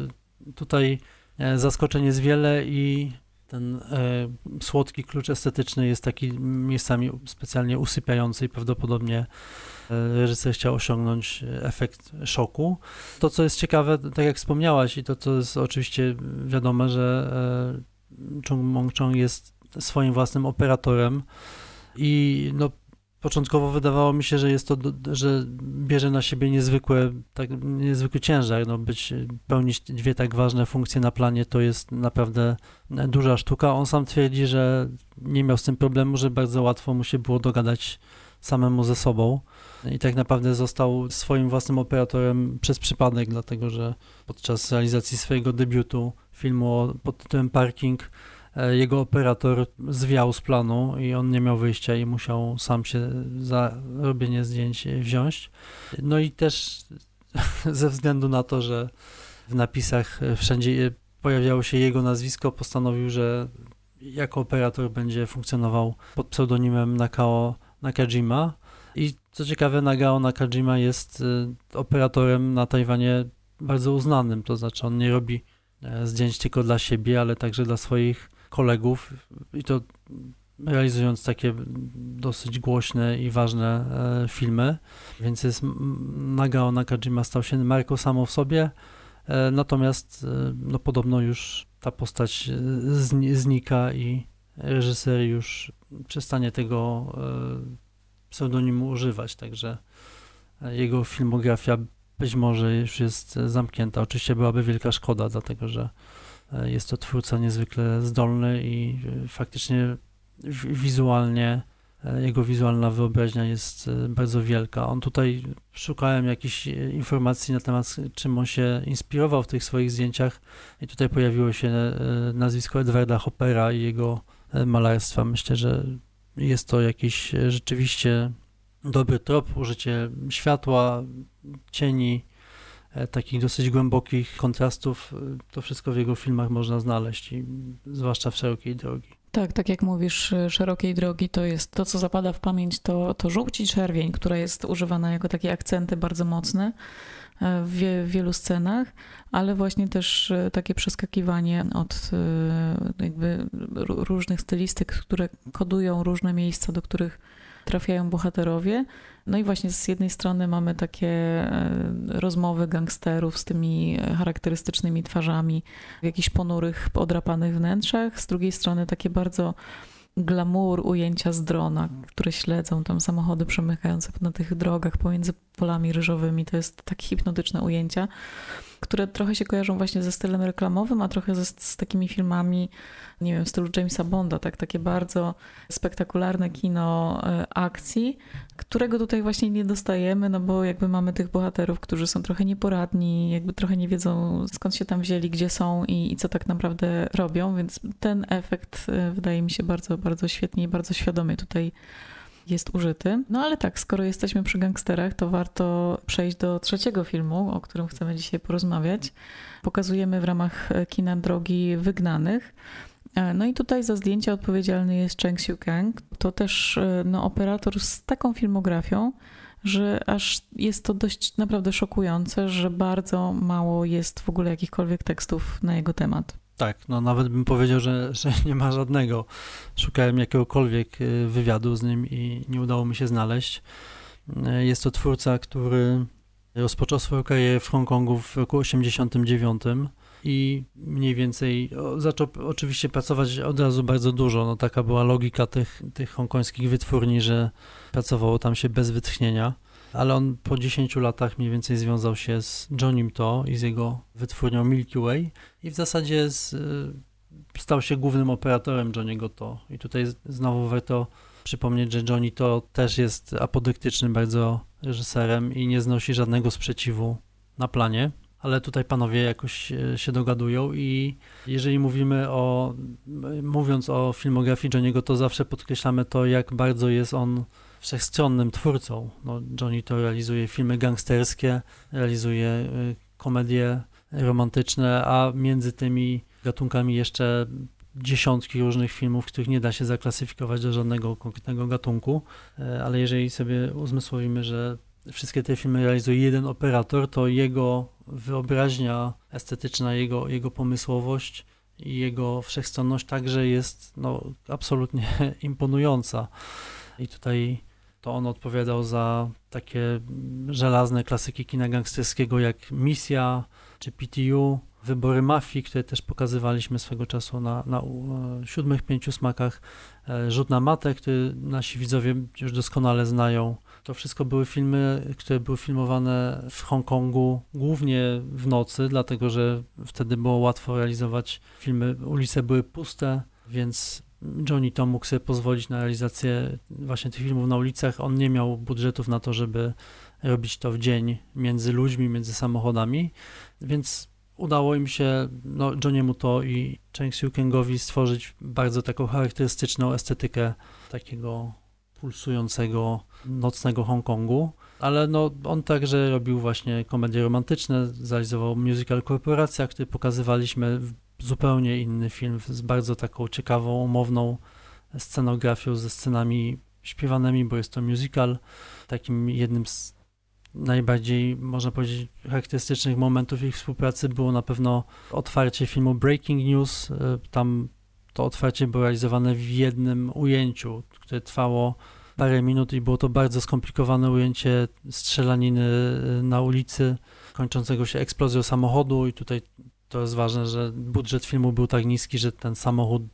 tutaj zaskoczeń jest wiele i ten słodki klucz estetyczny jest taki miejscami specjalnie usypiający i prawdopodobnie reżyser chciał osiągnąć efekt szoku. To, co jest ciekawe, tak jak wspomniałaś i to, co jest oczywiście wiadome, że Chung Mong-chong jest swoim własnym operatorem i początkowo wydawało mi się, że jest to, że bierze na siebie niezwykły ciężar, pełnić dwie tak ważne funkcje na planie, to jest naprawdę duża sztuka. On sam twierdzi, że nie miał z tym problemu, że bardzo łatwo mu się było dogadać samemu ze sobą i tak naprawdę został swoim własnym operatorem przez przypadek, dlatego że podczas realizacji swojego debiutu filmu pod tytułem Parking jego operator zwiał z planu i on nie miał wyjścia i musiał sam się za robienie zdjęć wziąć. I też ze względu na to, że w napisach wszędzie pojawiało się jego nazwisko, postanowił, że jako operator będzie funkcjonował pod pseudonimem Nakao Nakajima. I co ciekawe, Nagao Nakajima jest operatorem na Tajwanie bardzo uznanym, to znaczy on nie robi zdjęć tylko dla siebie, ale także dla swoich kolegów i to realizując takie dosyć głośne i ważne filmy, więc Nagao Nakajima stał się marką samą w sobie, natomiast podobno już ta postać znika i reżyser już przestanie tego pseudonimu używać, także jego filmografia być może już jest zamknięta. Oczywiście byłaby wielka szkoda, dlatego że jest to twórca niezwykle zdolny i faktycznie wizualnie, jego wizualna wyobraźnia jest bardzo wielka. Tutaj szukałem jakichś informacji na temat, czym on się inspirował w tych swoich zdjęciach i tutaj pojawiło się nazwisko Edwarda Hoppera i jego malarstwa. Myślę, że jest to jakiś rzeczywiście dobry trop, użycie światła, cieni, takich dosyć głębokich kontrastów, to wszystko w jego filmach można znaleźć, i zwłaszcza w Szerokiej drogi. Tak jak mówisz, Szerokiej drogi to jest to, co zapada w pamięć, to żółć i czerwień, która jest używana jako takie akcenty bardzo mocne w wielu scenach, ale właśnie też takie przeskakiwanie od jakby różnych stylistyk, które kodują różne miejsca, do których trafiają bohaterowie. I właśnie z jednej strony mamy takie rozmowy gangsterów z tymi charakterystycznymi twarzami w jakichś ponurych, odrapanych wnętrzach, z drugiej strony takie bardzo glamour ujęcia z drona, które śledzą tam samochody przemykające na tych drogach pomiędzy polami ryżowymi. To jest takie hipnotyczne ujęcia, które trochę się kojarzą właśnie ze stylem reklamowym, a trochę z takimi filmami, nie wiem, w stylu Jamesa Bonda, takie bardzo spektakularne kino akcji, którego tutaj właśnie nie dostajemy, bo jakby mamy tych bohaterów, którzy są trochę nieporadni, jakby trochę nie wiedzą, skąd się tam wzięli, gdzie są i co tak naprawdę robią, więc ten efekt wydaje mi się bardzo, bardzo świetnie i bardzo świadomie tutaj jest użyty. Ale tak, skoro jesteśmy przy gangsterach, to warto przejść do trzeciego filmu, o którym chcemy dzisiaj porozmawiać. Pokazujemy w ramach kina Drogi Wygnanych. I tutaj za zdjęcia odpowiedzialny jest Cheng Siu-kang. To też operator z taką filmografią, że aż jest to dość naprawdę szokujące, że bardzo mało jest w ogóle jakichkolwiek tekstów na jego temat. Tak, nawet bym powiedział, że nie ma żadnego. Szukałem jakiegokolwiek wywiadu z nim i nie udało mi się znaleźć. Jest to twórca, który rozpoczął swoją karierę w Hongkongu w roku 1989. i mniej więcej zaczął oczywiście pracować od razu bardzo dużo. No, taka była logika tych hongkońskich wytwórni, że pracowało tam się bez wytchnienia, ale on po 10 latach mniej więcej związał się z Johnnym To i z jego wytwórnią Milky Way i w zasadzie stał się głównym operatorem Johnny'ego To. I tutaj znowu warto przypomnieć, że Johnny To też jest apodyktycznym bardzo reżyserem i nie znosi żadnego sprzeciwu na planie, ale tutaj panowie jakoś się dogadują i jeżeli mówiąc o filmografii Johnny'ego To zawsze podkreślamy to, jak bardzo jest on wszechstronnym twórcą. No, Johnny To realizuje filmy gangsterskie, realizuje komedie romantyczne, a między tymi gatunkami jeszcze dziesiątki różnych filmów, których nie da się zaklasyfikować do żadnego konkretnego gatunku, ale jeżeli sobie uzmysłowimy, że wszystkie te filmy realizuje jeden operator, to jego wyobraźnia estetyczna, jego pomysłowość i jego wszechstronność także jest absolutnie imponująca. I tutaj to on odpowiadał za takie żelazne klasyki kina gangsterskiego jak Misja czy PTU, Wybory mafii, które też pokazywaliśmy swego czasu na 7 Pięciu smakach, Rzut na matę, który nasi widzowie już doskonale znają. To wszystko były filmy, które były filmowane w Hongkongu, głównie w nocy, dlatego że wtedy było łatwo realizować filmy, ulice były puste, więc Johnny To mógł sobie pozwolić na realizację właśnie tych filmów na ulicach. On nie miał budżetów na to, żeby robić to w dzień między ludźmi, między samochodami, więc udało im się Johnny'emu To i Cheng Siu-kengowi stworzyć bardzo taką charakterystyczną estetykę takiego pulsującego, nocnego Hongkongu, ale on także robił właśnie komedie romantyczne, zrealizował musical Korporacja, który pokazywaliśmy, zupełnie inny film z bardzo taką ciekawą, umowną scenografią, ze scenami śpiewanymi, bo jest to musical. Takim jednym z najbardziej, można powiedzieć, charakterystycznych momentów ich współpracy było na pewno otwarcie filmu Breaking News. Tam to otwarcie było realizowane w jednym ujęciu, które trwało parę minut i było to bardzo skomplikowane ujęcie strzelaniny na ulicy, kończącego się eksplozją samochodu i tutaj to jest ważne, że budżet filmu był tak niski, że ten samochód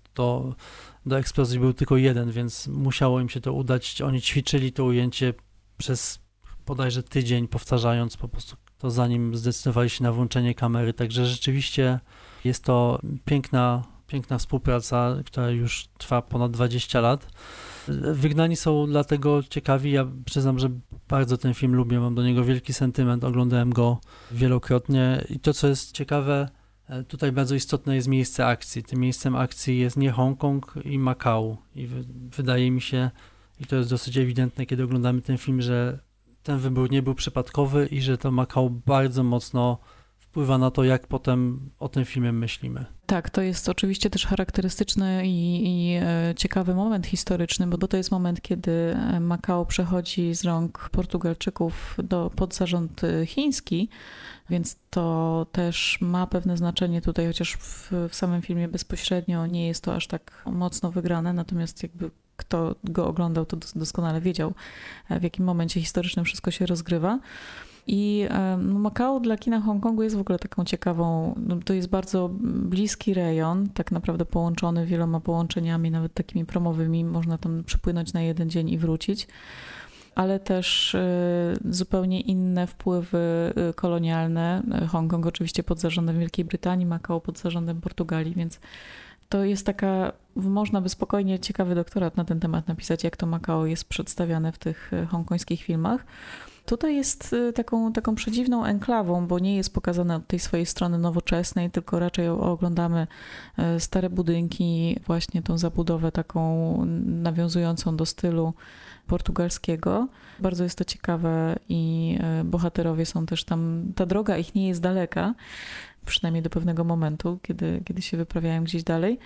do eksplozji był tylko jeden, więc musiało im się to udać. Oni ćwiczyli to ujęcie przez bodajże tydzień, powtarzając po prostu to, zanim zdecydowali się na włączenie kamery. Także rzeczywiście jest to piękna współpraca, która już trwa ponad 20 lat. Wygnani są dlatego ciekawi. Ja przyznam, że bardzo ten film lubię, mam do niego wielki sentyment, oglądałem go wielokrotnie i to, co jest ciekawe, tutaj bardzo istotne jest miejsce akcji. Tym miejscem akcji jest nie Hongkong i Makao i wydaje mi się, i to jest dosyć ewidentne, kiedy oglądamy ten film, że ten wybór nie był przypadkowy i że to Makao bardzo mocno wpływa na to, jak potem o tym filmie myślimy. Tak, to jest oczywiście też charakterystyczny i ciekawy moment historyczny, bo to jest moment, kiedy Makao przechodzi z rąk Portugalczyków pod zarząd chiński, więc to też ma pewne znaczenie tutaj, chociaż w samym filmie bezpośrednio nie jest to aż tak mocno wygrane, natomiast jakby kto go oglądał, to doskonale wiedział, w jakim momencie historycznym wszystko się rozgrywa. I Makao dla kina Hongkongu jest w ogóle taką ciekawą, to jest bardzo bliski rejon, tak naprawdę połączony wieloma połączeniami, nawet takimi promowymi, można tam przypłynąć na jeden dzień i wrócić, ale też zupełnie inne wpływy kolonialne. Hongkong oczywiście pod zarządem Wielkiej Brytanii, Makao pod zarządem Portugalii, więc to jest taka, można by spokojnie ciekawy doktorat na ten temat napisać, jak to Makao jest przedstawiane w tych hongkońskich filmach. Tutaj jest taką przedziwną enklawą, bo nie jest pokazane od tej swojej strony nowoczesnej, tylko raczej oglądamy stare budynki, właśnie tą zabudowę taką nawiązującą do stylu portugalskiego. Bardzo jest to ciekawe i bohaterowie są też tam, ta droga ich nie jest daleka, przynajmniej do pewnego momentu, kiedy się wyprawiają gdzieś dalej.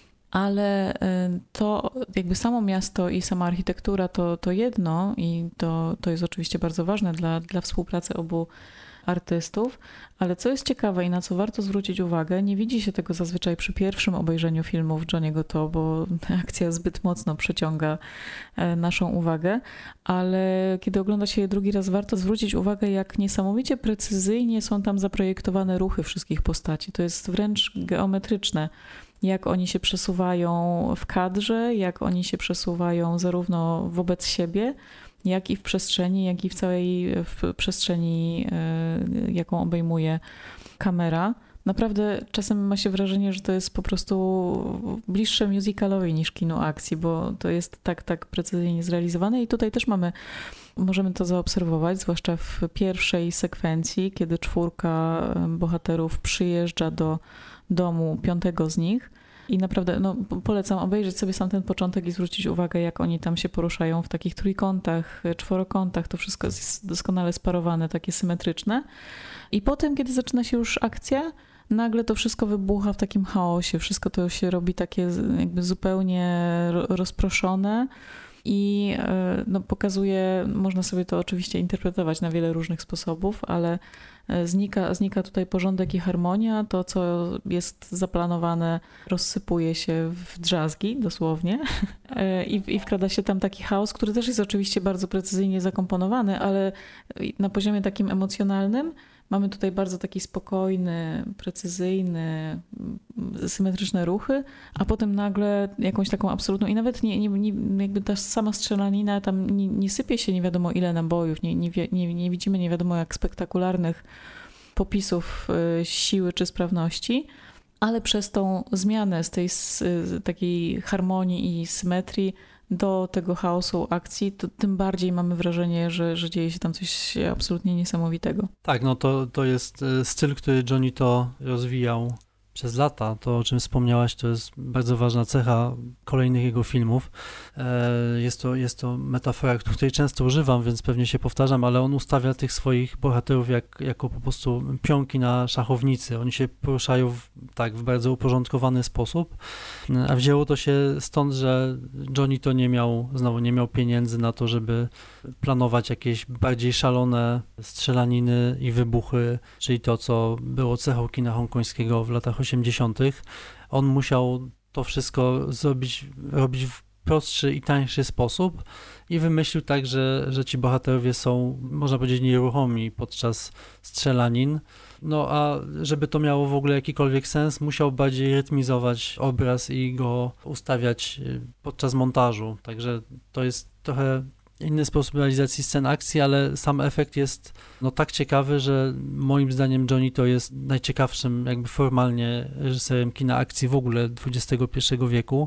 Ale to jakby samo miasto i sama architektura to jedno i to jest oczywiście bardzo ważne dla współpracy artystów, ale co jest ciekawe i na co warto zwrócić uwagę, nie widzi się tego zazwyczaj przy pierwszym obejrzeniu filmów Johniego To, bo akcja zbyt mocno przyciąga naszą uwagę, ale kiedy ogląda się je drugi raz, warto zwrócić uwagę, jak niesamowicie precyzyjnie są tam zaprojektowane ruchy wszystkich postaci. To jest wręcz geometryczne, jak oni się przesuwają w kadrze, jak oni się przesuwają zarówno wobec siebie, jak i w przestrzeni, jak i w całej przestrzeni, jaką obejmuje kamera. Naprawdę czasem ma się wrażenie, że to jest po prostu bliższe musicalowi niż kinu akcji, bo to jest tak precyzyjnie zrealizowane i tutaj też możemy to zaobserwować, zwłaszcza w pierwszej sekwencji, kiedy 4 bohaterów przyjeżdża do domu 5 z nich. I naprawdę polecam obejrzeć sobie sam ten początek i zwrócić uwagę, jak oni tam się poruszają w takich trójkątach, czworokątach. To wszystko jest doskonale sparowane, takie symetryczne. I potem, kiedy zaczyna się już akcja, nagle to wszystko wybucha w takim chaosie. Wszystko to się robi takie jakby zupełnie rozproszone. I pokazuje, można sobie to oczywiście interpretować na wiele różnych sposobów, ale znika tutaj porządek i harmonia. To, co jest zaplanowane, rozsypuje się w drzazgi, dosłownie. I wkrada się tam taki chaos, który też jest oczywiście bardzo precyzyjnie zakomponowany, ale na poziomie takim emocjonalnym mamy tutaj bardzo taki spokojny, precyzyjny, symetryczne ruchy, a potem nagle jakąś taką absolutną i nawet jakby ta sama strzelanina tam nie sypie się nie wiadomo ile nabojów, nie widzimy nie wiadomo jak spektakularnych popisów siły czy sprawności, ale przez tą zmianę z tej takiej harmonii i symetrii do tego chaosu akcji, to tym bardziej mamy wrażenie, że dzieje się tam coś absolutnie niesamowitego. Tak, to jest styl, który Johnny To rozwijał przez lata. To, o czym wspomniałaś, to jest bardzo ważna cecha kolejnych jego filmów. Jest to metafora, której często używam, więc pewnie się powtarzam, ale on ustawia tych swoich bohaterów jako po prostu pionki na szachownicy. Oni się poruszają w bardzo uporządkowany sposób, a wzięło to się stąd, że Johnny To nie miał pieniędzy na to, żeby planować jakieś bardziej szalone strzelaniny i wybuchy, czyli to, co było cechą kina hongkońskiego w latach 80. On musiał to wszystko robić w prostszy i tańszy sposób i wymyślił tak, że ci bohaterowie są, można powiedzieć, nieruchomi podczas strzelanin. A żeby to miało w ogóle jakikolwiek sens, musiał bardziej rytmizować obraz i go ustawiać podczas montażu. Także to jest trochę inny sposób realizacji scen akcji, ale sam efekt jest tak ciekawy, że moim zdaniem Johnny To jest najciekawszym jakby formalnie reżyserem kina akcji w ogóle XXI wieku.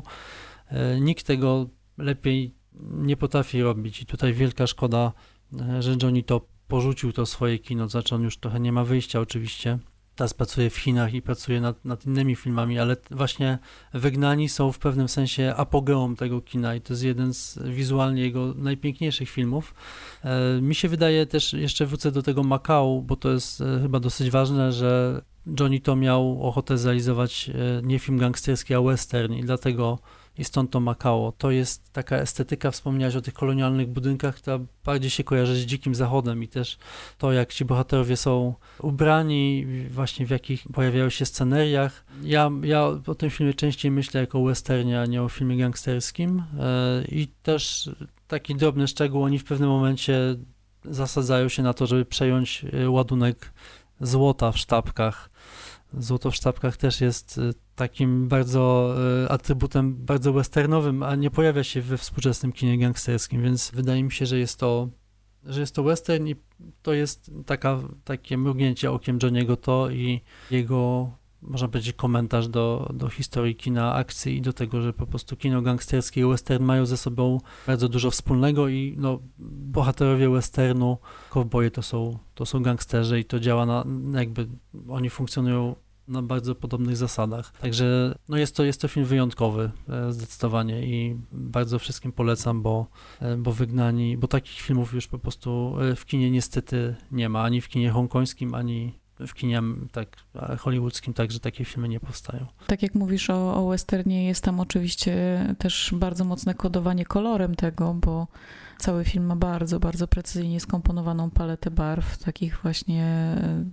Nikt tego lepiej nie potrafi robić i tutaj wielka szkoda, że Johnny To porzucił to swoje kino, znaczy on już trochę nie ma wyjścia oczywiście. Teraz pracuje w Chinach i pracuje nad innymi filmami, ale właśnie Wygnani są w pewnym sensie apogeum tego kina i to jest jeden z wizualnie jego najpiękniejszych filmów. Mi się wydaje też, jeszcze wrócę do tego Makao, bo to jest chyba dosyć ważne, że Johnny To miał ochotę zrealizować nie film gangsterski, a western i dlatego i stąd to Makao. To jest taka estetyka, wspomniałeś o tych kolonialnych budynkach, która bardziej się kojarzy z Dzikim Zachodem i też to, jak ci bohaterowie są ubrani, właśnie w jakich pojawiają się sceneriach. Ja o tym filmie częściej myślę jako o westernie, a nie o filmie gangsterskim i też taki drobny szczegół, oni w pewnym momencie zasadzają się na to, żeby przejąć ładunek złota w sztabkach. Złoto w sztabkach też jest takim bardzo atrybutem bardzo westernowym, a nie pojawia się we współczesnym kinie gangsterskim, więc wydaje mi się, że jest to western i to jest takie mrugnięcie okiem Johnny'ego To i jego, można powiedzieć, komentarz do historii kina akcji i do tego, że po prostu kino gangsterskie i western mają ze sobą bardzo dużo wspólnego i bohaterowie westernu, kowboje to są gangsterzy i to działa jakby oni funkcjonują na bardzo podobnych zasadach. Także jest to film wyjątkowy zdecydowanie i bardzo wszystkim polecam, bo Wygnani, bo takich filmów już po prostu w kinie niestety nie ma, ani w kinie hongkońskim, ani w kinie tak hollywoodzkim także takie filmy nie powstają. Tak jak mówisz o westernie, jest tam oczywiście też bardzo mocne kodowanie kolorem tego, bo cały film ma bardzo, bardzo precyzyjnie skomponowaną paletę barw, takich właśnie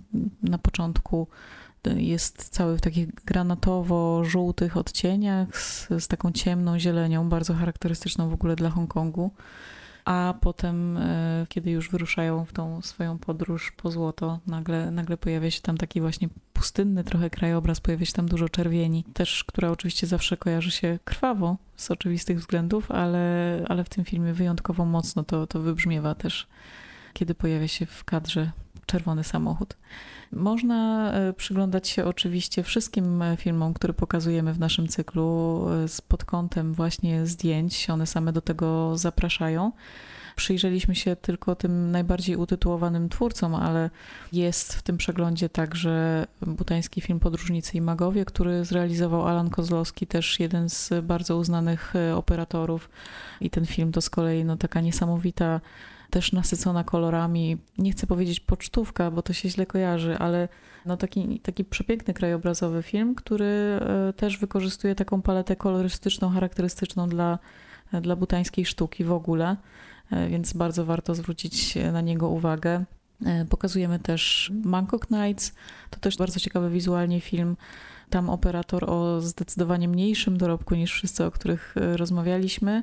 na początku jest cały w takich granatowo-żółtych odcieniach z taką ciemną zielenią, bardzo charakterystyczną w ogóle dla Hongkongu. A potem, kiedy już wyruszają w tą swoją podróż po złoto, nagle pojawia się tam taki właśnie pustynny trochę krajobraz, pojawia się tam dużo czerwieni, też, która oczywiście zawsze kojarzy się krwawo z oczywistych względów, ale w tym filmie wyjątkowo mocno to wybrzmiewa też, kiedy pojawia się w kadrze czerwony samochód. Można przyglądać się oczywiście wszystkim filmom, które pokazujemy w naszym cyklu pod kątem właśnie zdjęć. One same do tego zapraszają. Przyjrzeliśmy się tylko tym najbardziej utytułowanym twórcom, ale jest w tym przeglądzie także butański film Podróżnicy i Magowie, który zrealizował Alan Kozłowski, też jeden z bardzo uznanych operatorów. I ten film to z kolei taka niesamowita, też nasycona kolorami, nie chcę powiedzieć pocztówka, bo to się źle kojarzy, ale taki przepiękny krajobrazowy film, który też wykorzystuje taką paletę kolorystyczną, charakterystyczną dla butańskiej sztuki w ogóle, więc bardzo warto zwrócić na niego uwagę. Pokazujemy też Bangkok Nights, to też bardzo ciekawy wizualnie film. Tam operator o zdecydowanie mniejszym dorobku niż wszyscy, o których rozmawialiśmy,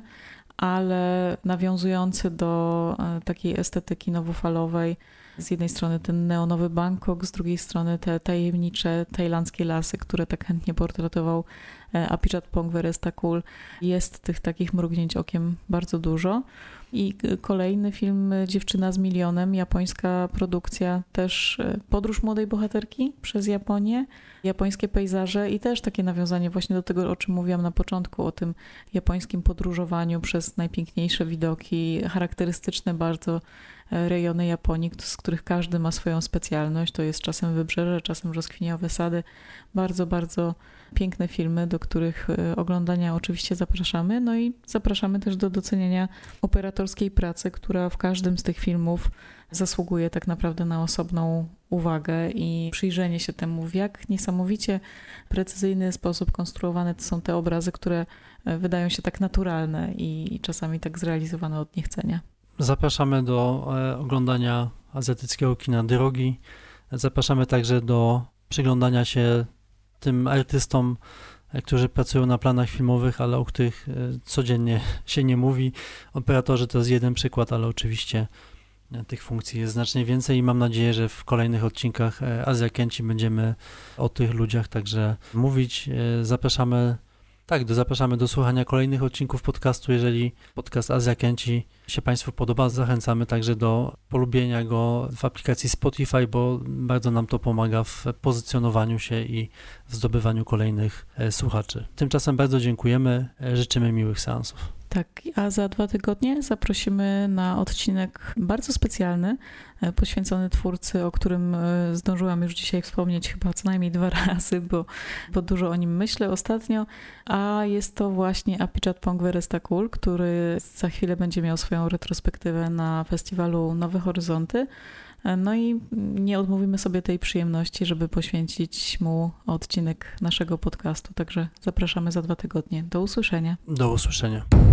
ale nawiązujący do takiej estetyki nowofalowej. Z jednej strony ten neonowy Bangkok, z drugiej strony te tajemnicze tajlandzkie lasy, które tak chętnie portretował Apichatpong Weerasethakul. Jest tych takich mrugnięć okiem bardzo dużo. I kolejny film Dziewczyna z milionem, japońska produkcja, też podróż młodej bohaterki przez Japonię, japońskie pejzaże i też takie nawiązanie właśnie do tego, o czym mówiłam na początku, o tym japońskim podróżowaniu przez najpiękniejsze widoki, charakterystyczne bardzo rejony Japonii, z których każdy ma swoją specjalność. To jest czasem wybrzeże, czasem brzoskwiniowe sady. Bardzo, bardzo piękne filmy, do których oglądania oczywiście zapraszamy. No i zapraszamy też do docenienia operatorskiej pracy, która w każdym z tych filmów zasługuje tak naprawdę na osobną uwagę i przyjrzenie się temu, w jak niesamowicie precyzyjny sposób konstruowane to są te obrazy, które wydają się tak naturalne i czasami tak zrealizowane od niechcenia. Zapraszamy do oglądania azjatyckiego kina drogi. Zapraszamy także do przyglądania się tym artystom, którzy pracują na planach filmowych, ale o których codziennie się nie mówi. Operatorzy to jest jeden przykład, ale oczywiście tych funkcji jest znacznie więcej i mam nadzieję, że w kolejnych odcinkach Azjakenci będziemy o tych ludziach także mówić. Zapraszamy do słuchania kolejnych odcinków podcastu. Jeżeli podcast Azjakenci się Państwu podoba, zachęcamy także do polubienia go w aplikacji Spotify, bo bardzo nam to pomaga w pozycjonowaniu się i w zdobywaniu kolejnych słuchaczy. Tymczasem bardzo dziękujemy, życzymy miłych seansów. Tak, a za 2 tygodnie zaprosimy na odcinek bardzo specjalny, poświęcony twórcy, o którym zdążyłam już dzisiaj wspomnieć chyba co najmniej 2 razy, bo dużo o nim myślę ostatnio, a jest to właśnie Apichatpong Weerasethakul, który za chwilę będzie miał swoją retrospektywę na festiwalu Nowe Horyzonty. No i nie odmówimy sobie tej przyjemności, żeby poświęcić mu odcinek naszego podcastu, także zapraszamy za 2 tygodnie. Do usłyszenia. Do usłyszenia.